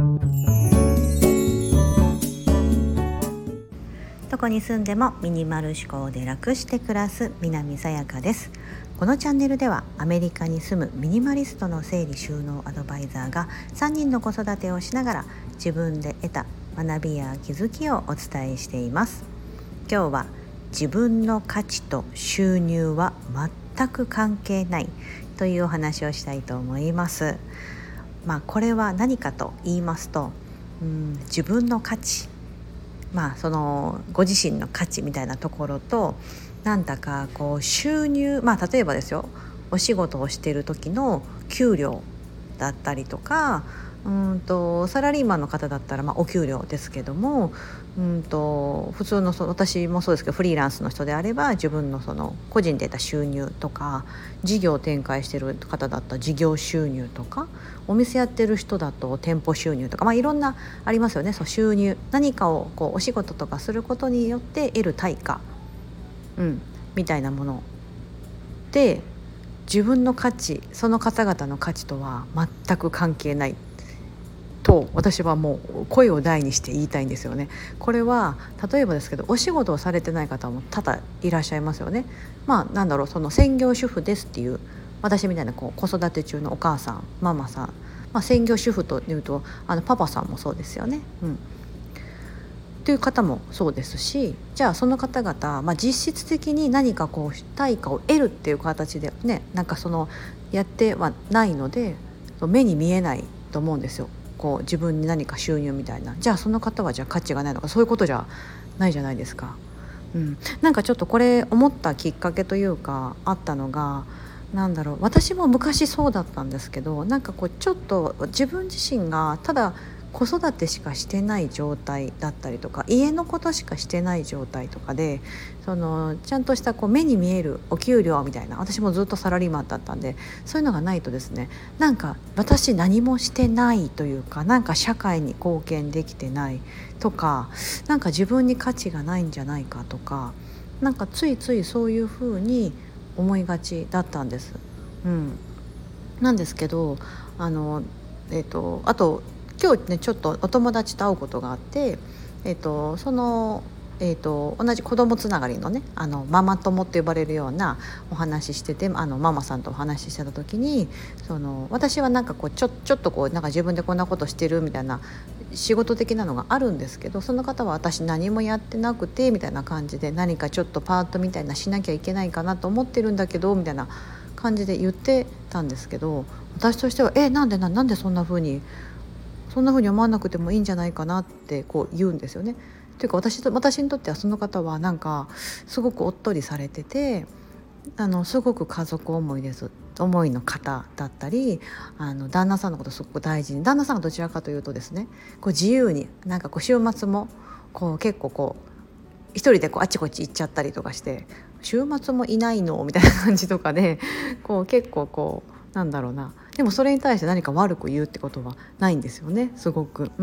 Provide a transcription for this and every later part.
どこに住んでもミニマル思考で楽して暮らす南さやかです。このチャンネルではアメリカに住むミニマリストの整理収納アドバイザーが3人の子育てをしながら自分で得た学びや気づきをお伝えしています。今日は自分の価値と収入は全く関係ないというお話をしたいと思います。これは何かと言いますと、自分の価値、そのご自身の価値みたいなところと、なんだかこう収入、例えばですよ、お仕事をしている時の給料だったりとか、サラリーマンの方だったらお給料ですけども、普通の私もそうですけど、フリーランスの人であれば自分のその個人で得た収入とか、事業を展開している方だったら事業収入とか、お店やってる人だと店舗収入とか、いろんなありますよね。そう、収入、何かをこうお仕事とかすることによって得る対価、みたいなもので、自分の価値、その方々の価値とは全く関係ないと私はもう声を大にして言いたいんですよね。これは例えばですけど、お仕事をされてない方も多々いらっしゃいますよね。その専業主婦ですっていう、私みたいな子育て中のお母さん、ママさん、専業主婦というとパパさんもそうですよね。という方もそうですし、じゃあその方々、実質的に何かこう対価を得るっていう形でね、そのやってはないので目に見えないと思うんですよ。こう自分に何か収入みたいな、じゃあその方はじゃあ価値がないのか、そういうことじゃないじゃないですか。ちょっとこれ思ったきっかけというかあったのが、私も昔そうだったんですけど、ちょっと自分自身がただ子育てしかしてない状態だったりとか、家のことしかしてない状態とかで、そのちゃんとした目に見えるお給料みたいな、私もずっとサラリーマンだったんで、そういうのがないとですね、私何もしてないというか、社会に貢献できてないとか、自分に価値がないんじゃないかとか、ついついそういうふうに思いがちだったんです。なんですけど、あと今日ね、ちょっとお友達と会うことがあって、その同じ子供つながりのね、ママ友って呼ばれるようなお話ししてて、ママさんとお話ししてた時に、私はちょっと自分でこんなことしてるみたいな仕事的なのがあるんですけど、その方は私何もやってなくてみたいな感じで、何かちょっとパートみたいなしなきゃいけないかなと思ってるんだけどみたいな感じで言ってたんですけど、私としてはなんでそんな風に思わなくてもいいんじゃないかなって言うんですよね。というか私にとってはその方はすごくおっとりされてて、すごく家族思いの方だったり、旦那さんのことすごく大事に、旦那さんがどちらかというとですね、自由に週末も結構一人であちこち行っちゃったりとかして、週末もいないのみたいな感じとかで、結構でもそれに対して何か悪く言うってことはないんですよね。すごく、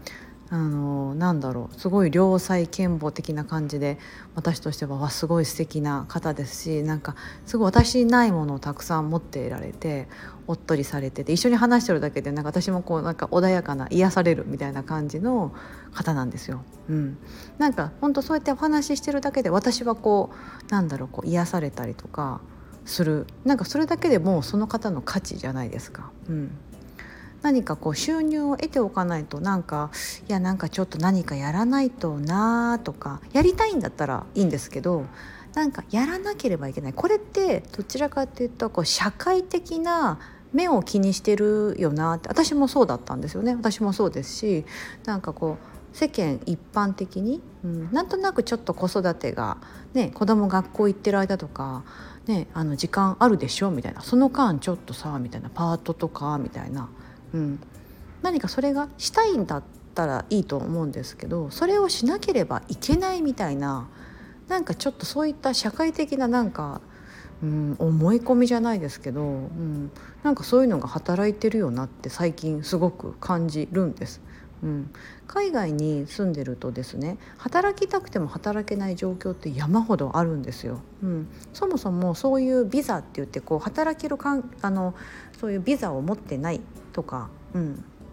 すごい良妻賢母的な感じで、私としてはすごい素敵な方ですし、すごい私にないものをたくさん持っていられて、おっとりされてて、一緒に話してるだけで私も穏やかな、癒されるみたいな感じの方なんですよ。本当そうやってお話ししてるだけで私は癒されたりとかする、それだけでもうその方の価値じゃないですか。何か収入を得ておかないと、ちょっと何かやらないとなとか、やりたいんだったらいいんですけど、やらなければいけない、これってどちらかっていうと社会的な目を気にしてるよなって、私もそうだったんですよね。私もそうですし、世間一般的に、なんとなくちょっと子育てがね、子供学校行ってる間とかね、時間あるでしょみたいな、その間ちょっとさみたいな、パートとかみたいな、何かそれがしたいんだったらいいと思うんですけど、それをしなければいけないみたいな、ちょっとそういった社会的な思い込みじゃないですけど、そういうのが働いてるよなって最近すごく感じるんです。海外に住んでるとですね、働きたくても働けない状況って山ほどあるんですよ。そもそもそういうビザって言って働けるそういうビザを持ってないとか、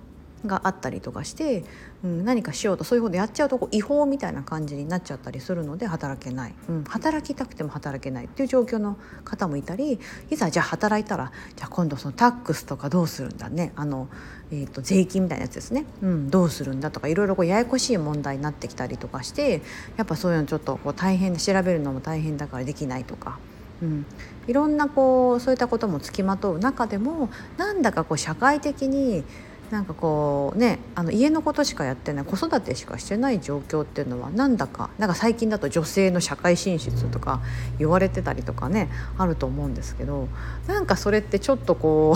があったりとかして、何かしようとそういうことやっちゃうと違法みたいな感じになっちゃったりするので働けない、働きたくても働けないっていう状況の方もいたり、いざじゃあ働いたらじゃあ今度そのタックスとかどうするんだね、税金みたいなやつですね、どうするんだとかいろいろややこしい問題になってきたりとかして、やっぱそういうのちょっと大変で調べるのも大変だからできないとか。いろんなそういったこともつきまとう中でも、なんだか社会的になんか家のことしかやってない、子育てしかしてない状況っていうのはなんか最近だと女性の社会進出とか言われてたりとかね、あると思うんですけど、なんかそれってちょっと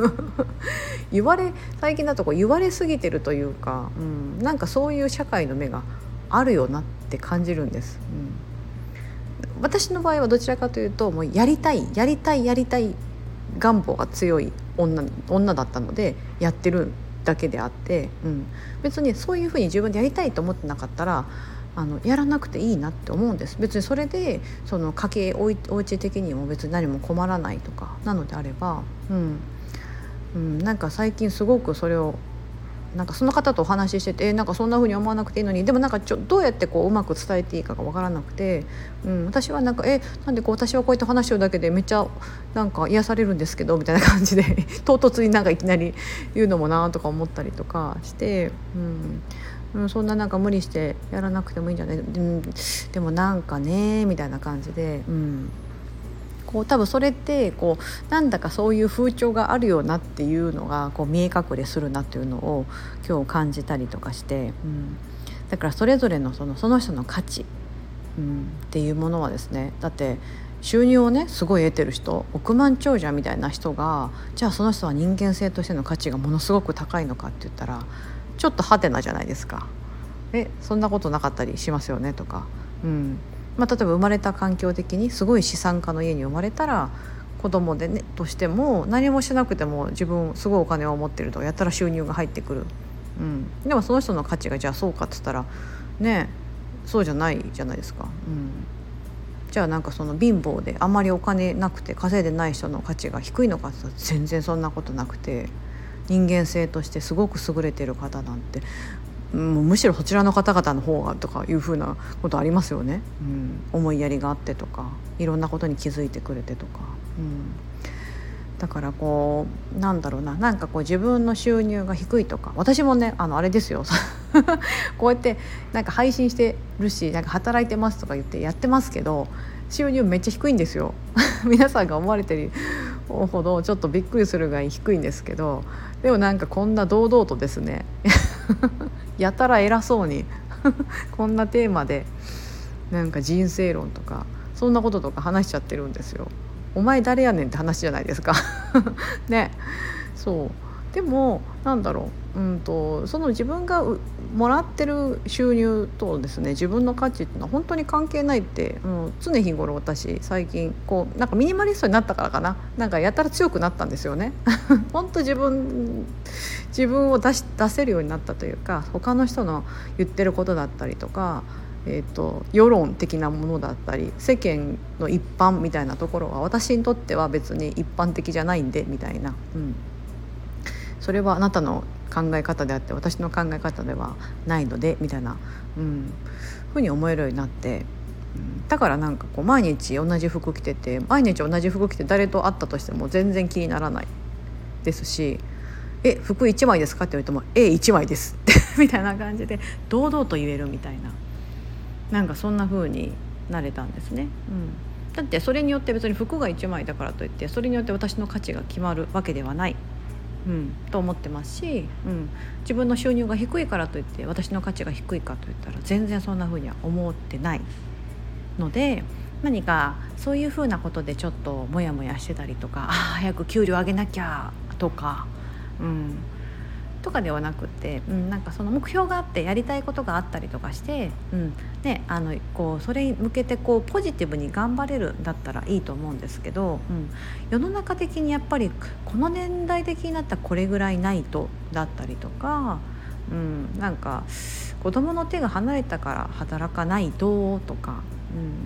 最近だと言われすぎてるというか、なんかそういう社会の目があるよなって感じるんです。私の場合はどちらかというともうやりたい願望が強い女だったのでやってるだけであって、別にそういうふうに自分でやりたいと思ってなかったらやらなくていいなって思うんです。別にそれでその家計お家的にも別に何も困らないとかなのであれば、なんか最近すごくそれをなんかその方とお話ししてて、なんかそんな風に思わなくていいのに、でもなんかどうやってうまく伝えていいかが分からなくて、私はなんかなんで私はこうやって話してるだけでめっちゃなんか癒されるんですけどみたいな感じで唐突になんかいきなり言うのもなとか思ったりとかして、そんななんか無理してやらなくてもいいんじゃない、でもなんかねみたいな感じで、多分それってなんだかそういう風潮があるよなっていうのが見え隠れするなっていうのを今日感じたりとかして、だからそれぞれのその人の価値、っていうものはですね、だって収入をねすごい得てる人、億万長者みたいな人がじゃあその人は人間性としての価値がものすごく高いのかって言ったらちょっとハテナじゃないですか。そんなことなかったりしますよねとか、例えば生まれた環境的にすごい資産家の家に生まれたら子供でねとしても何もしなくても自分すごいお金を持ってるとやったら収入が入ってくる、でもその人の価値がじゃあそうかっつったらねそうじゃないじゃないですか、じゃあなんかその貧乏であんまりお金なくて稼いでない人の価値が低いのかって言ったら全然そんなことなくて、人間性としてすごく優れてる方なんてもうむしろそちらの方々の方がとかいうふうなことありますよね、思いやりがあってとかいろんなことに気づいてくれてとか、だからなんだろうな、なんか自分の収入が低いとか、私もねあれですよこうやってなんか配信してるしなんか働いてますとか言ってやってますけど収入めっちゃ低いんですよ皆さんが思われてるほどちょっとびっくりするぐらい低いんですけど、でもなんかこんな堂々とですねやたら偉そうにこんなテーマでなんか人生論とかそんなこととか話しちゃってるんですよ。お前誰やねんって話じゃないですかね。そうでもなんだろう、その自分がもらってる収入とですね自分の価値っていうのは本当に関係ないって、常日頃私最近なんかミニマリストになったからかな、なんかやたら強くなったんですよね本当自分を出せるようになったというか、他の人の言ってることだったりとか、世論的なものだったり世間の一般みたいなところは私にとっては別に一般的じゃないんでみたいな、それはあなたの考え方であって私の考え方ではないのでみたいな、ふうに思えるようになって、だからなんか毎日同じ服着てて毎日同じ服着て誰と会ったとしても全然気にならないですし、服1枚ですかって言われても1枚ですってみたいな感じで堂々と言えるみたいな、なんかそんな風になれたんですね、だってそれによって別に服が1枚だからといってそれによって私の価値が決まるわけではない、と思ってますし、自分の収入が低いからといって私の価値が低いかといったら全然そんな風には思ってないので、何かそういう風なことでちょっとモヤモヤしてたりとか、早く給料上げなきゃとか、とかではなくて、なんかその目標があってやりたいことがあったりとかして、それに向けてポジティブに頑張れるんだったらいいと思うんですけど、世の中的にやっぱりこの年代的になったらこれぐらいないとだったりとか、なんか子供の手が離れたから働かないととか、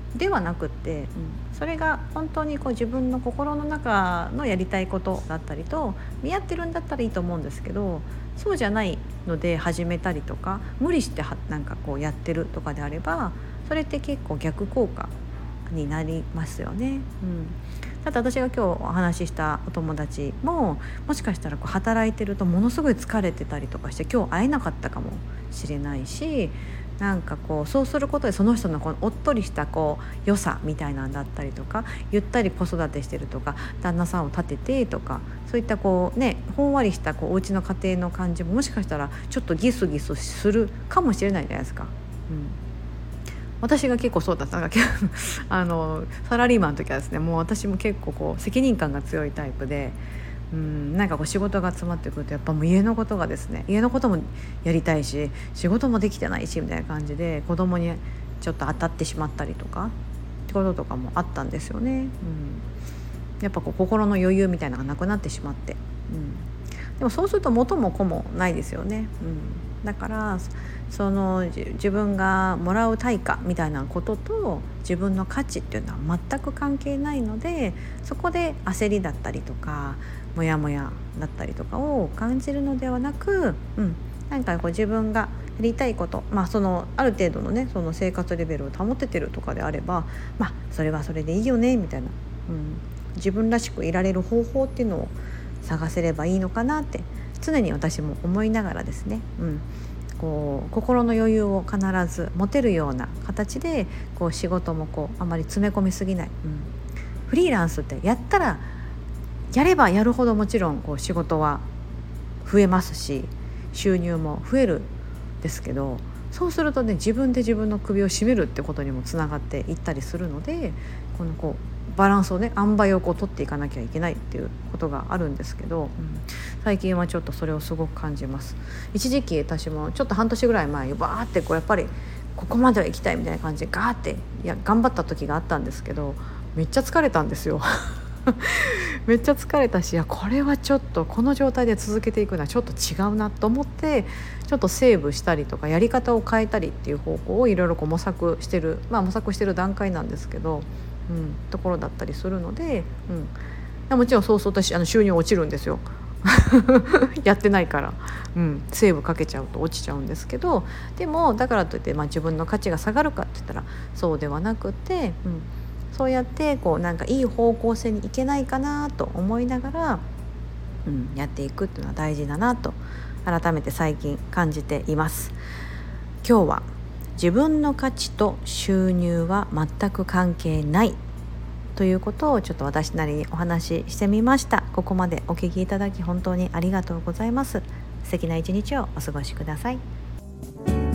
ではなくって、それが本当にこう自分の心の中のやりたいことだったりと見合ってるんだったらいいと思うんですけど、そうじゃないので始めたりとか無理してなんかこうやってるとかであれば、それって結構逆効果になりますよね。だって私が今日お話ししたお友達ももしかしたらこう働いてるとものすごい疲れてたりとかして今日会えなかったかもしれないし、なんかこうそうすることでその人のこのおっとりしたこう良さみたいなんだったりとか、ゆったり子育てしてるとか旦那さんを立ててとか、そういったこうねほんわりしたこうお家の家庭の感じももしかしたらちょっとギスギスするかもしれないじゃないですか。私が結構そうだったのがサラリーマンの時はですね、もう私も結構こう責任感が強いタイプで、なんかこう仕事が詰まってくるとやっぱもう家のことがですね、家のこともやりたいし仕事もできてないしみたいな感じで子供にちょっと当たってしまったりとかってこととかもあったんですよね。やっぱこう心の余裕みたいなのがなくなってしまって、でもそうすると元も子もないですよね。だからその自分がもらう対価みたいなことと自分の価値っていうのは全く関係ないので、そこで焦りだったりとかモヤモヤだったりとかを感じるのではなく、なんかこう自分がやりたいこと、そのある程度のねその生活レベルを保ててるとかであれば、それはそれでいいよねみたいな、自分らしくいられる方法っていうのを探せればいいのかなって常に私も思いながらですね、こう心の余裕を必ず持てるような形でこう仕事もこうあまり詰め込みすぎない、フリーランスってやったらやればやるほどもちろんこう仕事は増えますし収入も増えるんですけど、そうするとね自分で自分の首を絞めるってことにもつながっていったりするので、このこうバランスをね塩梅をこう取っていかなきゃいけないっていうことがあるんですけど、最近はちょっとそれをすごく感じます。一時期私もちょっと半年ぐらい前にバーってこうやっぱりここまでは行きたいみたいな感じでガーって頑張った時があったんですけど、めっちゃ疲れたんですよめっちゃ疲れたし、これはちょっとこの状態で続けていくのはちょっと違うなと思って、ちょっとセーブしたりとかやり方を変えたりっていう方法をいろいろこう模索してる段階なんですけど、ところだったりするので、もちろんそうすると収入落ちるんですよやってないから、セーブかけちゃうと落ちちゃうんですけど、でもだからといって、自分の価値が下がるかって言ったらそうではなくて、そうやってこうなんかいい方向性にいけないかなと思いながら、やっていくっていうのは大事だなと改めて最近感じています。今日は自分の価値と収入は全く関係ないということをちょっと私なりにお話ししてみました。ここまでお聞きいただき本当にありがとうございます。素敵な一日をお過ごしください。